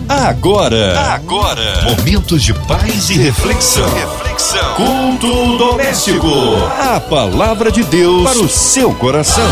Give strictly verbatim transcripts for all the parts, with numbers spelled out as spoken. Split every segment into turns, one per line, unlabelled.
Agora, agora, momentos de paz e reflexão. Reflexão. Culto doméstico. A palavra de Deus para o seu coração.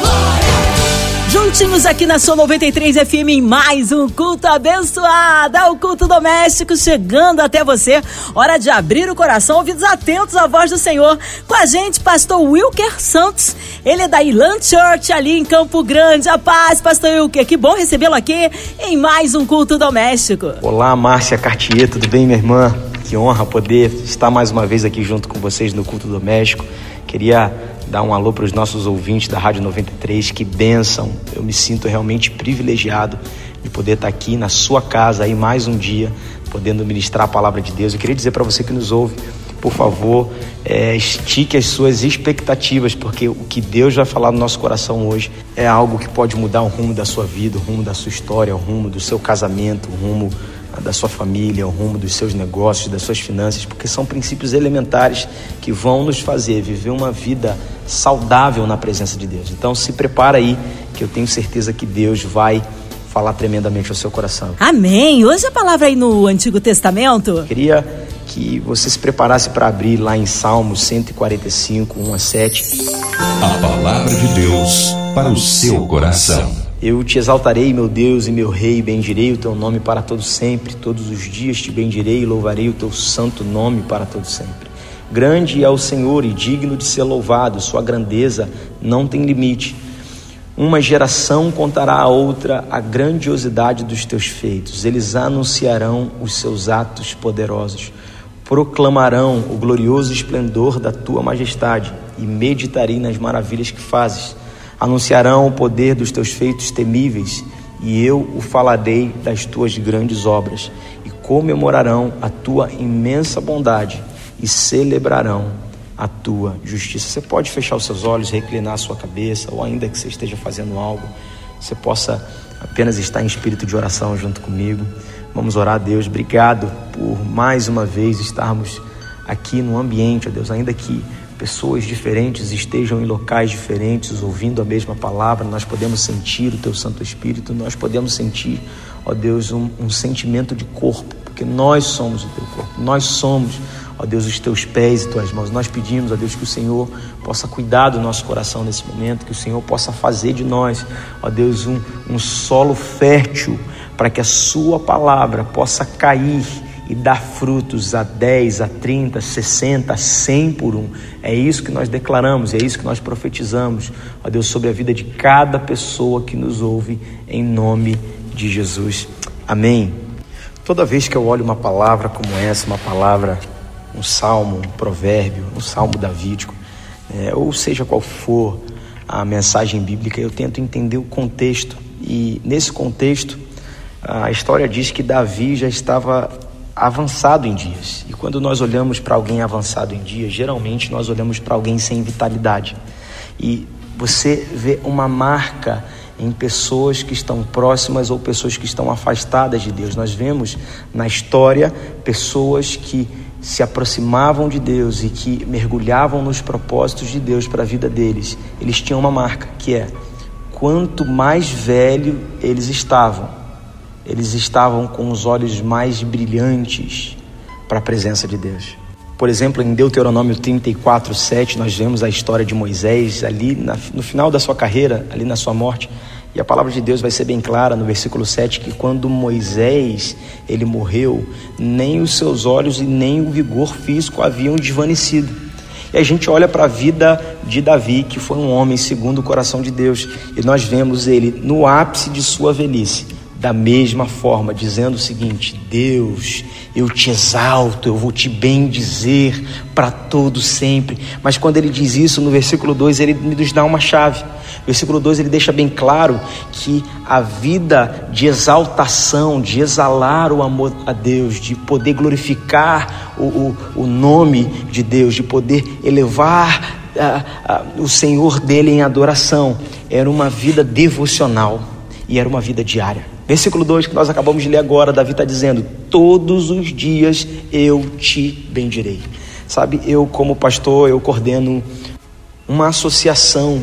Juntinhos aqui na sua noventa e três F M em mais um culto abençoado, o culto doméstico chegando até você. Hora de abrir o coração, ouvidos atentos à voz do Senhor. Com a gente, pastor Wilker Santos. Ele é da Ilan Church, ali em Campo Grande. A paz, pastor Wilker, que bom recebê-lo aqui em mais um culto doméstico.
Olá, Márcia Cartier, tudo bem, minha irmã? Que honra poder estar mais uma vez aqui junto com vocês no culto doméstico. Queria dar um alô para os nossos ouvintes da Rádio noventa e três, que bênção, eu me sinto realmente privilegiado de poder estar aqui na sua casa aí mais um dia, podendo ministrar a palavra de Deus. Eu queria dizer para você que nos ouve, por favor, é, estique as suas expectativas, porque o que Deus vai falar no nosso coração hoje é algo que pode mudar o rumo da sua vida, o rumo da sua história, o rumo do seu casamento, o rumo da sua família, o rumo dos seus negócios, das suas finanças, porque são princípios elementares que vão nos fazer viver uma vida saudável na presença de Deus. Então se prepara aí, que eu tenho certeza que Deus vai falar tremendamente ao seu coração.
Amém. Hoje a palavra aí no Antigo Testamento.
Queria que você se preparasse para abrir lá em Salmos cento e quarenta e cinco, um a sete.
A palavra de Deus para o seu coração.
Eu te exaltarei, meu Deus e meu Rei, bendirei o teu nome para todo sempre. Todos os dias te bendirei e louvarei o teu santo nome para todo sempre. Grande é o Senhor e digno de ser louvado, sua grandeza não tem limite. Uma geração contará a outra a grandiosidade dos teus feitos. Eles anunciarão os seus atos poderosos. Proclamarão o glorioso esplendor da tua majestade e meditarei nas maravilhas que fazes. Anunciarão o poder dos teus feitos temíveis, e eu o falarei das tuas grandes obras, e comemorarão a tua imensa bondade, e celebrarão a tua justiça. Você pode fechar os seus olhos, reclinar a sua cabeça, ou ainda que você esteja fazendo algo, você possa apenas estar em espírito de oração junto comigo. Vamos orar a Deus. Obrigado por mais uma vez estarmos aqui no ambiente, ó Deus, ainda que pessoas diferentes estejam em locais diferentes, ouvindo a mesma palavra, nós podemos sentir o Teu Santo Espírito, nós podemos sentir, ó Deus, um, um sentimento de corpo, porque nós somos o Teu corpo, nós somos, ó Deus, os Teus pés e Tuas mãos. Nós pedimos, ó Deus, que o Senhor possa cuidar do nosso coração nesse momento, que o Senhor possa fazer de nós, ó Deus, um, um solo fértil, para que a Sua palavra possa cair e dar frutos a dez, a trinta, sessenta, a cem por um. É isso que nós declaramos, é isso que nós profetizamos, ó Deus, sobre a vida de cada pessoa que nos ouve, em nome de Jesus. Amém. Toda vez que eu olho uma palavra como essa, uma palavra, um salmo, um provérbio, um salmo davídico, é, ou seja qual for a mensagem bíblica, eu tento entender o contexto. E nesse contexto, a história diz que Davi já estava avançado em dias, e quando nós olhamos para alguém avançado em dias, geralmente nós olhamos para alguém sem vitalidade, e você vê uma marca em pessoas que estão próximas ou pessoas que estão afastadas de Deus. Nós vemos na história pessoas que se aproximavam de Deus e que mergulhavam nos propósitos de Deus para a vida deles. Eles tinham uma marca, que é: quanto mais velho eles estavam, eles estavam com os olhos mais brilhantes para a presença de Deus. Por exemplo, em Deuteronômio trinta e quatro, sete, nós vemos a história de Moisés ali na, no final da sua carreira, ali na sua morte. E a palavra de Deus vai ser bem clara no versículo sete, que quando Moisés ele morreu, nem os seus olhos e nem o vigor físico haviam desvanecido. E a gente olha para a vida de Davi, que foi um homem segundo o coração de Deus, e nós vemos ele no ápice de sua velhice, da mesma forma, dizendo o seguinte: Deus, eu te exalto, eu vou te bendizer para todo sempre. Mas quando ele diz isso, no versículo dois, ele nos dá uma chave. Versículo dois, ele deixa bem claro que a vida de exaltação, de exalar o amor a Deus, de poder glorificar o, o, o nome de Deus, de poder elevar uh, uh, o Senhor dele em adoração, era uma vida devocional e era uma vida diária. Versículo dois, que nós acabamos de ler agora, Davi está dizendo: todos os dias eu te bendirei. Sabe, eu como pastor, eu coordeno uma associação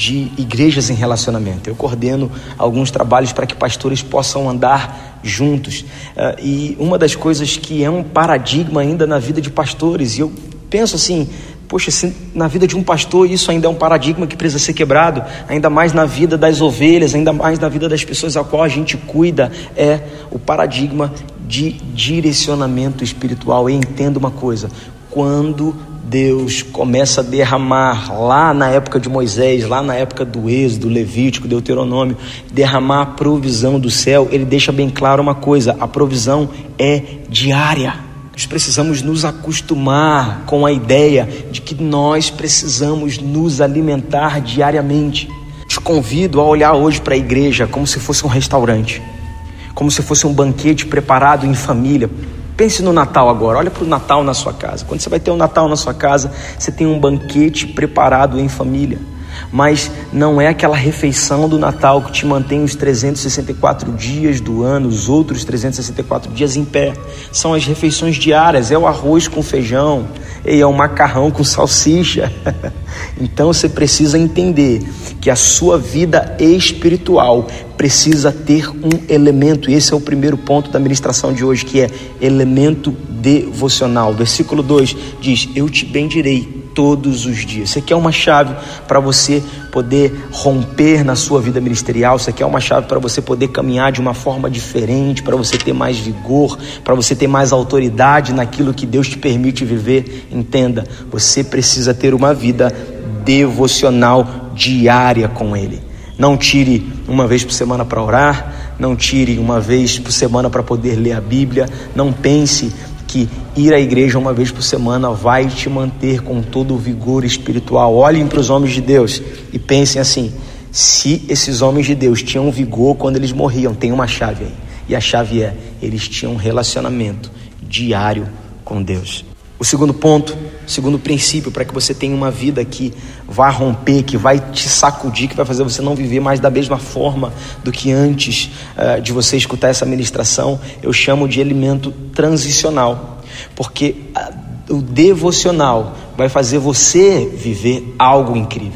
de igrejas em relacionamento. Eu coordeno alguns trabalhos para que pastores possam andar juntos. Uh, e uma das coisas que é um paradigma ainda na vida de pastores, e eu penso assim, poxa, se na vida de um pastor isso ainda é um paradigma que precisa ser quebrado, ainda mais na vida das ovelhas, ainda mais na vida das pessoas a qual a gente cuida, é o paradigma de direcionamento espiritual. E entenda uma coisa, quando Deus começa a derramar, lá na época de Moisés, lá na época do Êxodo, Levítico, Deuteronômio, derramar a provisão do céu, ele deixa bem claro uma coisa: a provisão é diária. Nós precisamos nos acostumar com a ideia de que nós precisamos nos alimentar diariamente. Te convido a olhar hoje para a igreja como se fosse um restaurante, como se fosse um banquete preparado em família. Pense no Natal agora, olha para o Natal na sua casa. Quando você vai ter um Natal na sua casa, você tem um banquete preparado em família. Mas não é aquela refeição do Natal que te mantém os trezentos e sessenta e quatro dias do ano, os outros trezentos e sessenta e quatro dias em pé. São as refeições diárias, é o arroz com feijão, é o macarrão com salsicha. Então você precisa entender que a sua vida espiritual precisa ter um elemento, e esse é o primeiro ponto da ministração de hoje, que é elemento devocional. Versículo dois diz: eu te bendirei todos os dias. Você quer uma chave para você poder romper na sua vida ministerial? Você quer uma chave para você poder caminhar de uma forma diferente, para você ter mais vigor, para você ter mais autoridade naquilo que Deus te permite viver? Entenda, você precisa ter uma vida devocional diária com Ele. Não tire uma vez por semana para orar, não tire uma vez por semana para poder ler a Bíblia. Não pense que ir à igreja uma vez por semana vai te manter com todo o vigor espiritual. Olhem para os homens de Deus e pensem assim: se esses homens de Deus tinham vigor quando eles morriam, tem uma chave aí, e a chave é: eles tinham um relacionamento diário com Deus. O segundo ponto, o segundo princípio para que você tenha uma vida que vai romper, que vai te sacudir, que vai fazer você não viver mais da mesma forma do que antes uh, de você escutar essa ministração, eu chamo de elemento transicional. Porque uh, o devocional vai fazer você viver algo incrível,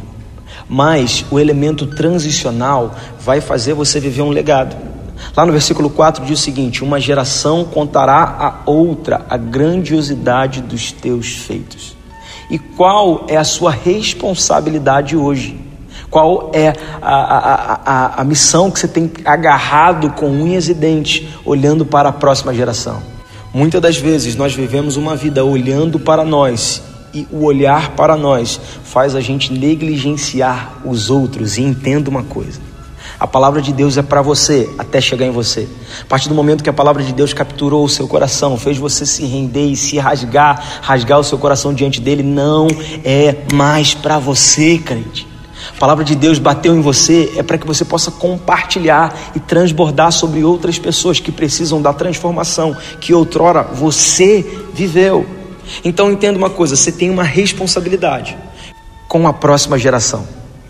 mas o elemento transicional vai fazer você viver um legado. Lá no versículo quatro diz o seguinte: uma geração contará a outra a grandiosidade dos teus feitos. E qual é a sua responsabilidade hoje? Qual é a, a, a, a missão que você tem agarrado com unhas e dentes, olhando para a próxima geração? Muitas das vezes nós vivemos uma vida olhando para nós, e o olhar para nós faz a gente negligenciar os outros. E entenda uma coisa: a palavra de Deus é para você até chegar em você. A partir do momento que a palavra de Deus capturou o seu coração, fez você se render e se rasgar, rasgar o seu coração diante dele, não é mais para você, crente. A palavra de Deus bateu em você, é para que você possa compartilhar e transbordar sobre outras pessoas que precisam da transformação que outrora você viveu. Então entenda uma coisa: você tem uma responsabilidade com a próxima geração,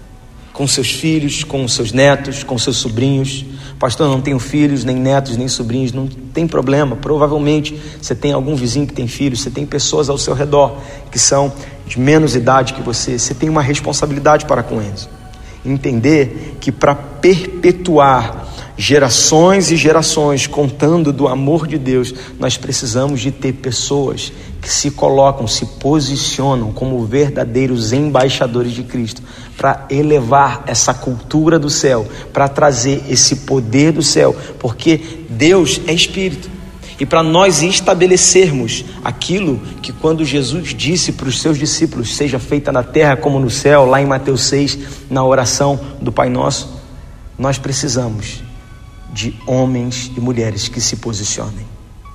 com seus filhos, com seus netos, com seus sobrinhos. Pastor, eu não tenho filhos, nem netos, nem sobrinhos. Não tem problema, provavelmente você tem algum vizinho que tem filhos, você tem pessoas ao seu redor que são de menos idade que você. Você tem uma responsabilidade para com eles. Entender que para perpetuar gerações e gerações contando do amor de Deus, nós precisamos de ter pessoas que se colocam, se posicionam como verdadeiros embaixadores de Cristo, para elevar essa cultura do céu, para trazer esse poder do céu, porque Deus é Espírito. E para nós estabelecermos aquilo que quando Jesus disse para os seus discípulos: seja feita na terra como no céu, lá em Mateus seis, na oração do Pai Nosso, nós precisamos de homens e mulheres que se posicionem.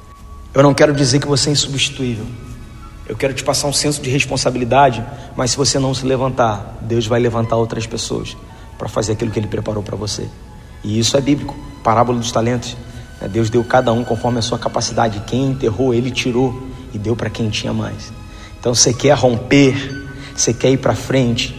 Eu não quero dizer que você é insubstituível. Eu quero te passar um senso de responsabilidade, mas se você não se levantar, Deus vai levantar outras pessoas para fazer aquilo que Ele preparou para você. E isso é bíblico. Parábola dos talentos. Deus deu cada um conforme a sua capacidade. Quem enterrou, Ele tirou e deu para quem tinha mais. Então, você quer romper, você quer ir para frente,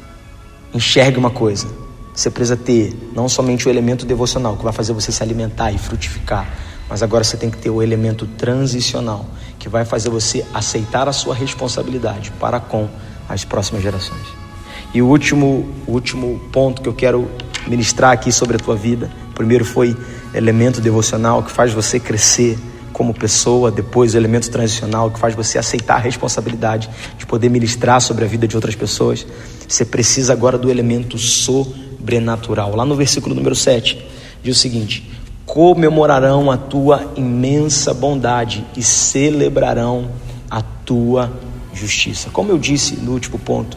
enxergue uma coisa: você precisa ter não somente o elemento devocional que vai fazer você se alimentar e frutificar, mas agora você tem que ter o elemento transicional que vai fazer você aceitar a sua responsabilidade para com as próximas gerações. E o último, o último ponto que eu quero ministrar aqui sobre a tua vida, primeiro foi elemento devocional que faz você crescer como pessoa, depois o elemento transicional que faz você aceitar a responsabilidade de poder ministrar sobre a vida de outras pessoas. Você precisa agora do elemento sobrenatural. Lá no versículo número sete, diz o seguinte: comemorarão a tua imensa bondade e celebrarão a tua justiça. Como eu disse no último ponto,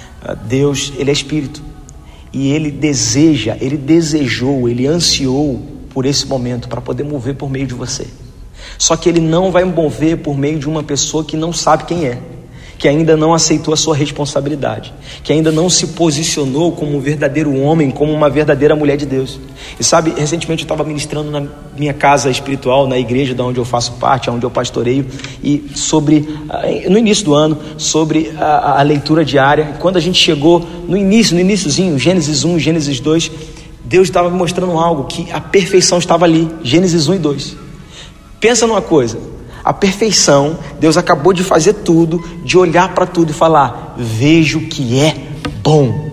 Deus, Ele é Espírito, e Ele deseja, Ele desejou, Ele ansiou por esse momento para poder mover por meio de você. Só que Ele não vai mover por meio de uma pessoa que não sabe quem é, que ainda não aceitou a sua responsabilidade, que ainda não se posicionou como um verdadeiro homem, como uma verdadeira mulher de Deus. E sabe, recentemente eu estava ministrando na minha casa espiritual, na igreja da onde eu faço parte, onde eu pastoreio, e sobre, no início do ano, sobre a, a leitura diária. Quando a gente chegou no início, no iniciozinho, Gênesis um, Gênesis dois, Deus estava me mostrando algo, que a perfeição estava ali, Gênesis um e dois. Pensa numa coisa, a perfeição, Deus acabou de fazer tudo, de olhar para tudo e falar: vejo que é bom.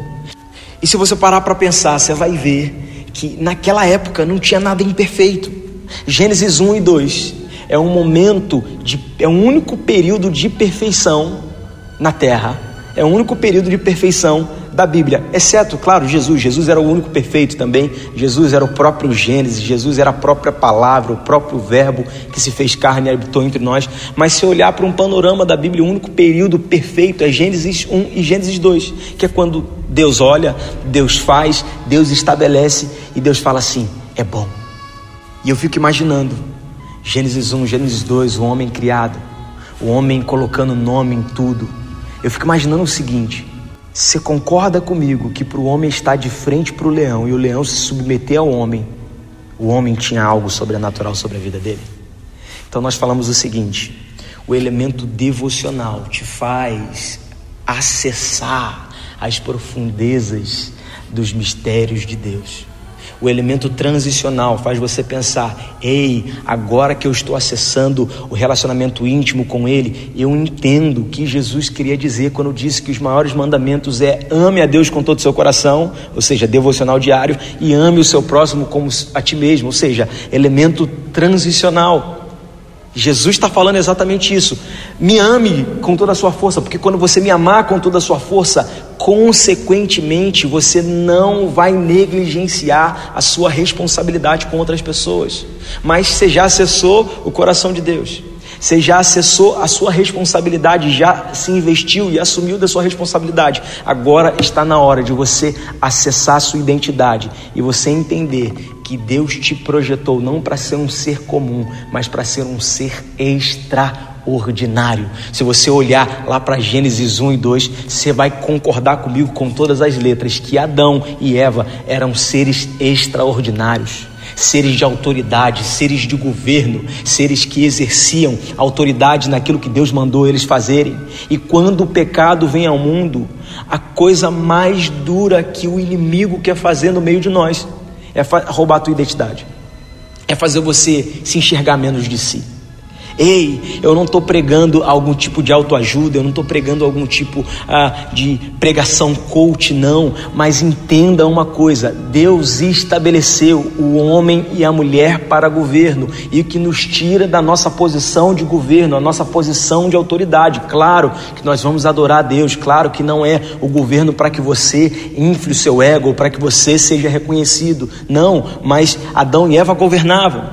E se você parar para pensar, você vai ver que naquela época não tinha nada imperfeito. Gênesis um e dois é um momento, de, é um único período de perfeição na terra, é o único período de perfeição da Bíblia, exceto, claro, Jesus. Jesus era o único perfeito também. Jesus era o próprio Gênesis, Jesus era a própria palavra, o próprio verbo que se fez carne e habitou entre nós. Mas se olhar para um panorama da Bíblia, o único período perfeito é Gênesis um e Gênesis dois, que é quando Deus olha, Deus faz, Deus estabelece e Deus fala assim: é bom. E eu fico imaginando Gênesis um, Gênesis dois, o homem criado, o homem colocando nome em tudo. Eu fico imaginando o seguinte: você concorda comigo que para o homem estar de frente para o leão e o leão se submeter ao homem, o homem tinha algo sobrenatural sobre a vida dele? Então nós falamos o seguinte: o elemento devocional te faz acessar as profundezas dos mistérios de Deus. O elemento transicional faz você pensar: ei, agora que eu estou acessando o relacionamento íntimo com Ele, eu entendo o que Jesus queria dizer quando disse que os maiores mandamentos é: ame a Deus com todo o seu coração, ou seja, devocional diário, e ame o seu próximo como a ti mesmo, ou seja, elemento transicional. Jesus está falando exatamente isso: me ame com toda a sua força, porque quando você me amar com toda a sua força, consequentemente você não vai negligenciar a sua responsabilidade com outras pessoas. Mas você já acessou o coração de Deus, você já acessou a sua responsabilidade, já se investiu e assumiu da sua responsabilidade. Agora está na hora de você acessar a sua identidade e você entender que Deus te projetou não para ser um ser comum, mas para ser um ser extraordinário. Se você olhar lá para Gênesis um e dois, você vai concordar comigo com todas as letras que Adão e Eva eram seres extraordinários, seres de autoridade, seres de governo, seres que exerciam autoridade naquilo que Deus mandou eles fazerem. E quando o pecado vem ao mundo, a coisa mais dura que o inimigo quer fazer no meio de nós é roubar a tua identidade, é fazer você se enxergar menos de si. Ei, eu não estou pregando algum tipo de autoajuda, eu não estou pregando algum tipo ah, de pregação coach, não. Mas entenda uma coisa: Deus estabeleceu o homem e a mulher para governo, e o que nos tira da nossa posição de governo, a nossa posição de autoridade. Claro que nós vamos adorar a Deus, claro que não é o governo para que você infle o seu ego, para que você seja reconhecido, não. Mas Adão e Eva governavam.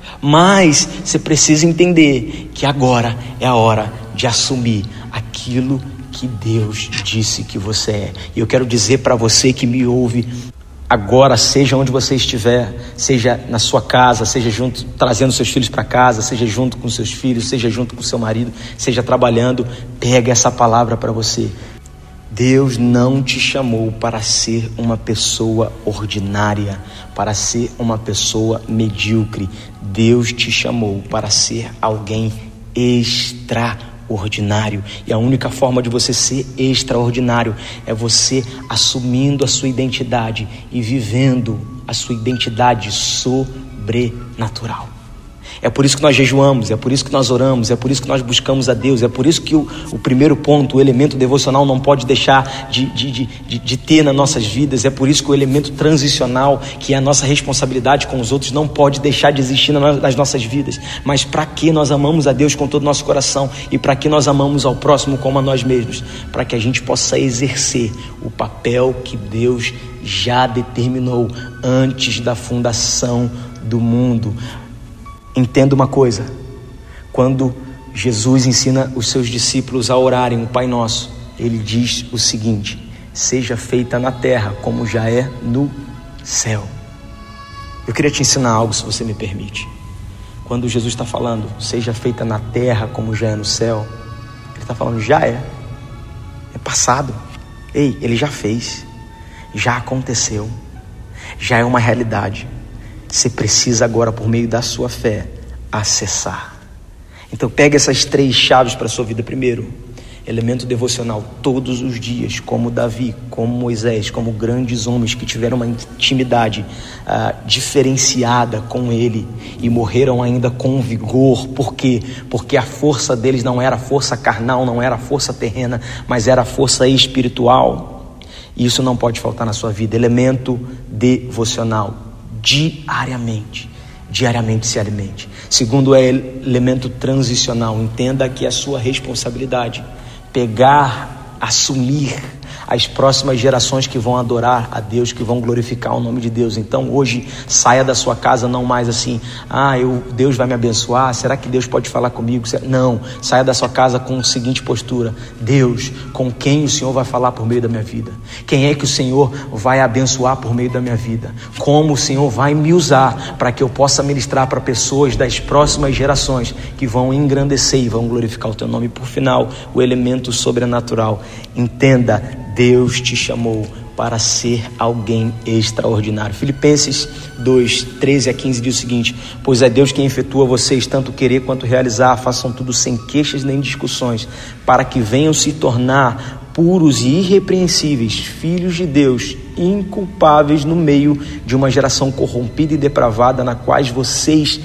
Mas você precisa entender que agora é a hora de assumir aquilo que Deus disse que você é. E eu quero dizer para você que me ouve agora, seja onde você estiver, seja na sua casa, seja junto, trazendo seus filhos para casa, seja junto com seus filhos, seja junto com seu marido, seja trabalhando, pega essa palavra para você. Deus não te chamou para ser uma pessoa ordinária, para ser uma pessoa medíocre. Deus te chamou para ser alguém extraordinário. E a única forma de você ser extraordinário é você assumindo a sua identidade e vivendo a sua identidade sobrenatural. É por isso que nós jejuamos, é por isso que nós oramos, é por isso que nós buscamos a Deus, é por isso que o, o primeiro ponto, o elemento devocional não pode deixar de, de, de, de, de ter nas nossas vidas. É por isso que o elemento transicional, que é a nossa responsabilidade com os outros, não pode deixar de existir nas nossas vidas. Mas para que nós amamos a Deus com todo o nosso coração e para que nós amamos ao próximo como a nós mesmos? Para que a gente possa exercer o papel que Deus já determinou antes da fundação do mundo. Entenda uma coisa: quando Jesus ensina os seus discípulos a orarem o Pai Nosso, ele diz o seguinte: seja feita na terra como já é no céu. Eu queria te ensinar algo, se você me permite. Quando Jesus está falando, seja feita na terra como já é no céu, ele está falando, já é, é passado. Ei, ele já fez, já aconteceu, já é uma realidade. Você precisa agora, por meio da sua fé, acessar. Então pegue essas três chaves para a sua vida. Primeiro, elemento devocional todos os dias, como Davi, como Moisés, como grandes homens que tiveram uma intimidade uh, diferenciada com ele e morreram ainda com vigor. Por quê? Porque a força deles não era força carnal, não era força terrena, mas era força espiritual. E isso não pode faltar na sua vida. Elemento devocional, diariamente, diariamente se alimente. Segundo é elemento transicional. Entenda que é a sua responsabilidade pegar, assumir as próximas gerações que vão adorar a Deus, que vão glorificar o nome de Deus. Então hoje saia da sua casa não mais assim, ah, eu, Deus vai me abençoar, será que Deus pode falar comigo? Não, saia da sua casa com a seguinte postura: Deus, com quem o Senhor vai falar por meio da minha vida? Quem é que o Senhor vai abençoar por meio da minha vida? Como o Senhor vai me usar para que eu possa ministrar para pessoas das próximas gerações que vão engrandecer e vão glorificar o teu nome? Por final, o elemento sobrenatural. Entenda, Deus te chamou para ser alguém extraordinário. Filipenses dois, treze a quinze diz o seguinte: pois é Deus quem efetua vocês tanto querer quanto realizar, façam tudo sem queixas nem discussões, para que venham se tornar puros e irrepreensíveis, filhos de Deus, inculpáveis no meio de uma geração corrompida e depravada, na qual vocês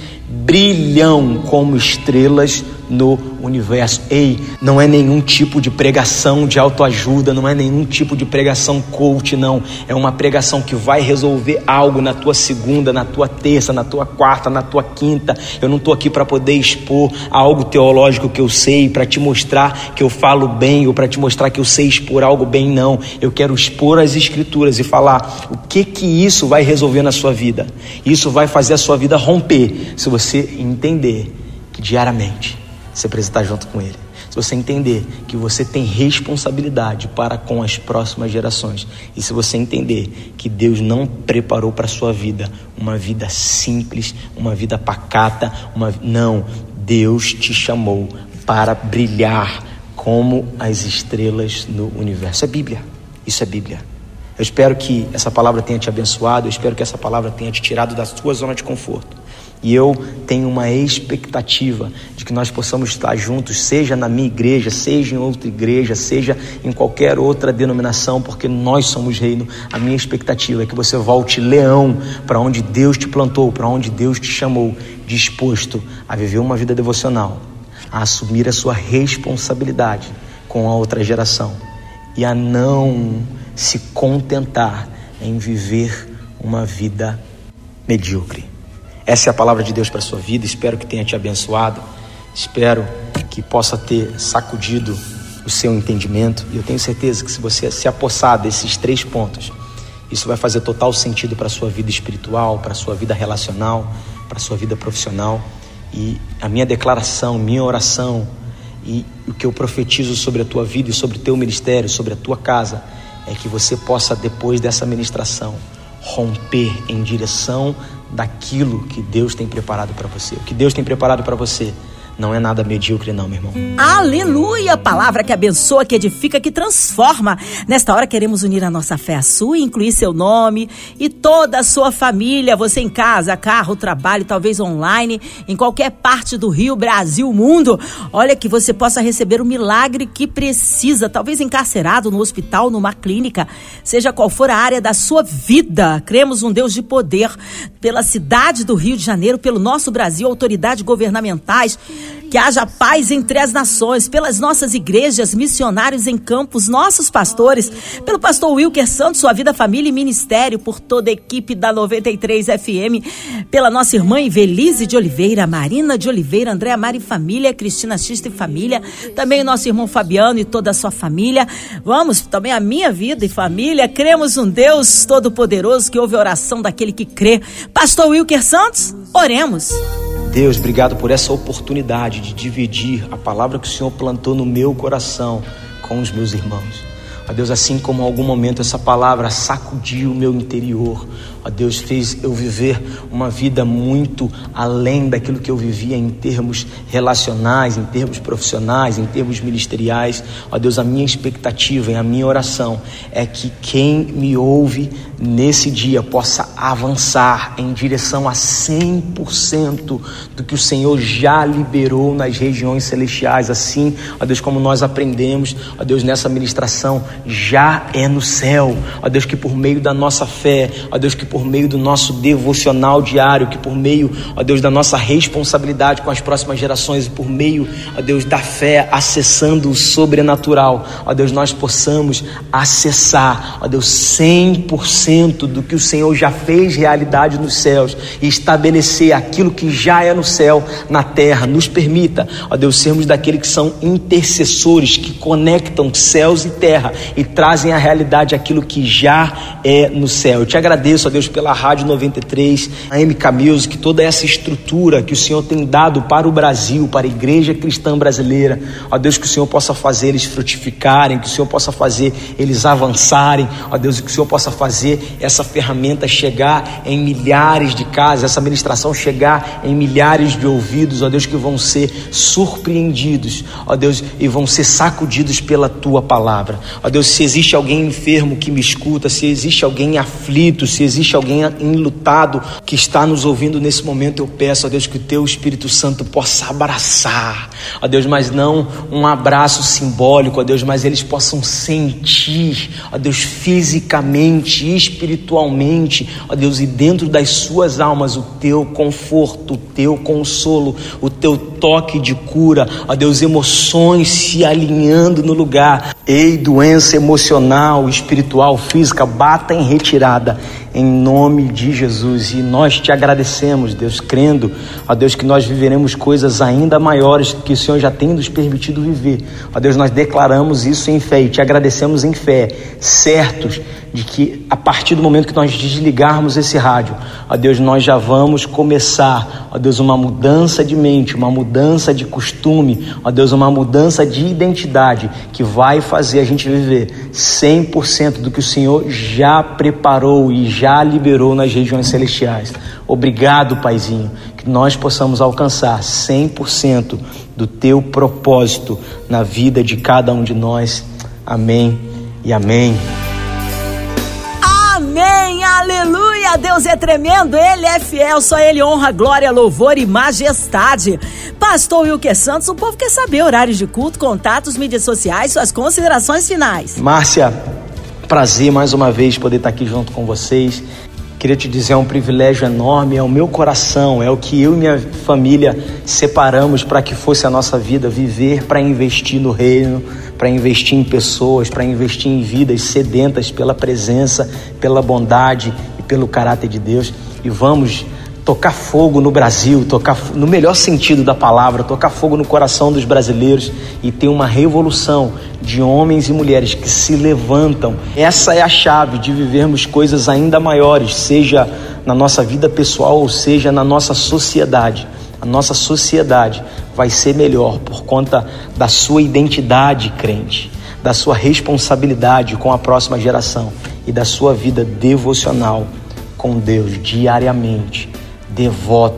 brilham como estrelas no universo. Ei, não é nenhum tipo de pregação de autoajuda, não é nenhum tipo de pregação coach, não. É uma pregação que vai resolver algo na tua segunda, na tua terça, na tua quarta, na tua quinta. Eu não estou aqui para poder expor algo teológico que eu sei, para te mostrar que eu falo bem, ou para te mostrar que eu sei expor algo bem, não. Eu quero expor as escrituras e falar o que que isso vai resolver na sua vida. Isso vai fazer a sua vida romper, se você entender que diariamente você precisa estar junto com ele. Se você entender que você tem responsabilidade para com as próximas gerações. E se você entender que Deus não preparou para a sua vida uma vida simples, uma vida pacata, uma... não, Deus te chamou para brilhar como as estrelas no universo. É Bíblia, isso é Bíblia. Eu espero que essa palavra tenha te abençoado, eu espero que essa palavra tenha te tirado da sua zona de conforto. E eu tenho uma expectativa de que nós possamos estar juntos, seja na minha igreja, seja em outra igreja, seja em qualquer outra denominação, porque nós somos reino. A minha expectativa é que você volte leão para onde Deus te plantou, para onde Deus te chamou, disposto a viver uma vida devocional, a assumir a sua responsabilidade com a outra geração e a não se contentar em viver uma vida medíocre. Essa é a palavra de Deus para a sua vida. Espero que tenha te abençoado. Espero que possa ter sacudido o seu entendimento. E eu tenho certeza que se você se apossar desses três pontos, isso vai fazer total sentido para a sua vida espiritual, para a sua vida relacional, para a sua vida profissional. E a minha declaração, minha oração e o que eu profetizo sobre a tua vida e sobre o teu ministério, sobre a tua casa, é que você possa, depois dessa ministração, romper em direção daquilo que Deus tem preparado para você. O que Deus tem preparado para você não é nada medíocre não, meu irmão.
Aleluia! Palavra que abençoa, que edifica, que transforma. Nesta hora queremos unir a nossa fé à sua e incluir seu nome e toda a sua família. Você em casa, carro, trabalho, talvez online, em qualquer parte do Rio, Brasil, mundo. Olha, que você possa receber o milagre que precisa, talvez encarcerado no hospital, numa clínica, seja qual for a área da sua vida. Cremos um Deus de poder pela cidade do Rio de Janeiro, pelo nosso Brasil, autoridades governamentais. Que haja paz entre as nações, pelas nossas igrejas, missionários em campos, nossos pastores, pelo pastor Wilker Santos, sua vida, família e ministério, por toda a equipe da noventa e três F M, pela nossa irmã Ivelise de Oliveira, Marina de Oliveira, Andréa Mari e família, Cristina Xista e família, também o nosso irmão Fabiano e toda a sua família. Vamos, também a minha vida e família. Cremos um Deus todo-poderoso que ouve a oração daquele que crê. Pastor Wilker Santos, oremos.
Deus, obrigado por essa oportunidade de dividir a palavra que o Senhor plantou no meu coração com os meus irmãos. Ó Deus, assim como em algum momento essa palavra sacudiu o meu interior, ó Deus, fez eu viver uma vida muito além daquilo que eu vivia em termos relacionais, em termos profissionais, em termos ministeriais. Ó Deus, a minha expectativa e a minha oração é que quem me ouve nesse dia possa avançar em direção a cem por cento do que o Senhor já liberou nas regiões celestiais. Assim, ó Deus, como nós aprendemos, ó Deus, nessa ministração, já é no céu. Ó Deus, que por meio da nossa fé, ó Deus, que por meio do nosso devocional diário, que por meio, ó Deus, da nossa responsabilidade com as próximas gerações e por meio, ó Deus, da fé acessando o sobrenatural, ó Deus, nós possamos acessar, ó Deus, cem por cento do que o Senhor já fez realidade nos céus e estabelecer aquilo que já é no céu, na terra. Nos permita, ó Deus, sermos daqueles que são intercessores, que conectam céus e terra e trazem à realidade aquilo que já é no céu. Eu te agradeço, ó Deus, pela Rádio noventa e três, a M K Music, toda essa estrutura que o Senhor tem dado para o Brasil, para a Igreja Cristã Brasileira. Ó Deus, que o Senhor possa fazer eles frutificarem, que o Senhor possa fazer eles avançarem. Ó Deus, que o Senhor possa fazer essa ferramenta chegar em milhares de casas, essa ministração chegar em milhares de ouvidos, ó Deus, que vão ser surpreendidos, ó Deus, e vão ser sacudidos pela Tua palavra. Ó Deus, se existe alguém enfermo que me escuta, se existe alguém aflito, se existe alguém enlutado que está nos ouvindo nesse momento, eu peço, ó Deus, que o Teu Espírito Santo possa abraçar, ó Deus, mas não um abraço simbólico, ó Deus, mas eles possam sentir, ó Deus, fisicamente, espiritualmente, ó Deus, e dentro das suas almas o Teu conforto, o Teu consolo, o Teu toque de cura, ó Deus, emoções se alinhando no lugar. Ei, doença emocional, espiritual, física, bata em retirada em nome de Jesus. E nós te agradecemos, Deus, crendo, ó Deus, que nós viveremos coisas ainda maiores que o Senhor já tem nos permitido viver. Ó Deus, nós declaramos isso em fé e te agradecemos em fé, certos de que a partir do momento que nós desligarmos esse rádio, ó Deus, nós já vamos começar, ó Deus, uma mudança de mente, uma mudança de costume, ó Deus, uma mudança de identidade que vai fazer a gente viver cem por cento do que o Senhor já preparou e já liberou nas regiões celestiais. Obrigado, Paizinho, que nós possamos alcançar cem por cento do Teu propósito na vida de cada um de nós. Amém e amém.
Amém, aleluia, Deus é tremendo, Ele é fiel, só Ele honra, glória, louvor e majestade. Pastor Wilker Santos, o povo quer saber horários de culto, contatos, mídias sociais, suas considerações finais.
Márcia, prazer mais uma vez poder estar aqui junto com vocês. Queria te dizer, é um privilégio enorme, é o meu coração, é o que eu e minha família separamos para que fosse a nossa vida, viver para investir no reino, para investir em pessoas, para investir em vidas sedentas pela presença, pela bondade e pelo caráter de Deus. E vamos tocar fogo no Brasil, tocar no melhor sentido da palavra, tocar fogo no coração dos brasileiros e ter uma revolução de homens e mulheres que se levantam. Essa é a chave de vivermos coisas ainda maiores, seja na nossa vida pessoal ou seja na nossa sociedade. A nossa sociedade vai ser melhor por conta da sua identidade crente, da sua responsabilidade com a próxima geração e da sua vida devocional com Deus diariamente, devoto,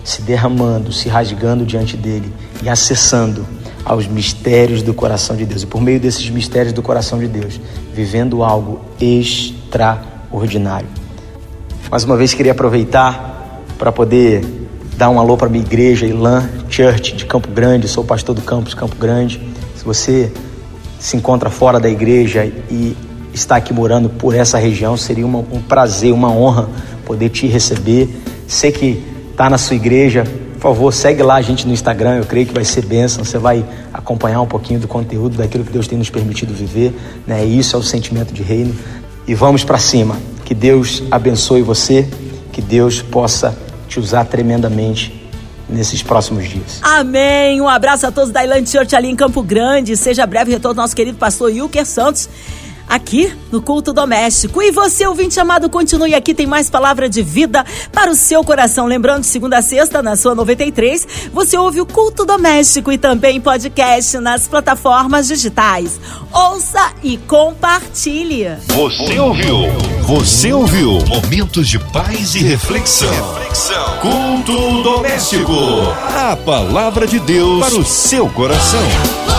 se derramando, se rasgando diante dele e acessando aos mistérios do coração de Deus. E por meio desses mistérios do coração de Deus, vivendo algo extraordinário. Mais uma vez queria aproveitar para poder dar um alô para a minha igreja, Ilan Church de Campo Grande. Sou pastor do campus Campo Grande. Se você se encontra fora da igreja e está aqui morando por essa região, seria uma, um prazer, uma honra poder te receber. Sei que está na sua igreja, por favor, segue lá a gente no Instagram, eu creio que vai ser bênção. Você vai acompanhar um pouquinho do conteúdo, daquilo que Deus tem nos permitido viver, né? Isso é o sentimento de reino. E vamos para cima. Que Deus abençoe você, que Deus possa te usar tremendamente nesses próximos dias.
Amém. Um abraço a todos da Ilan Church ali em Campo Grande. Seja breve retorno do nosso querido pastor Wilker Santos aqui no Culto Doméstico. E você, ouvinte amado, continue aqui, tem mais palavra de vida para o seu coração. Lembrando, de segunda a sexta, na sua noventa e três, você ouve o Culto Doméstico e também podcast nas plataformas digitais. Ouça e compartilhe.
Você ouviu? Você ouviu? Momentos de paz e reflexão. Reflexão. Culto Doméstico. A palavra de Deus para o seu coração.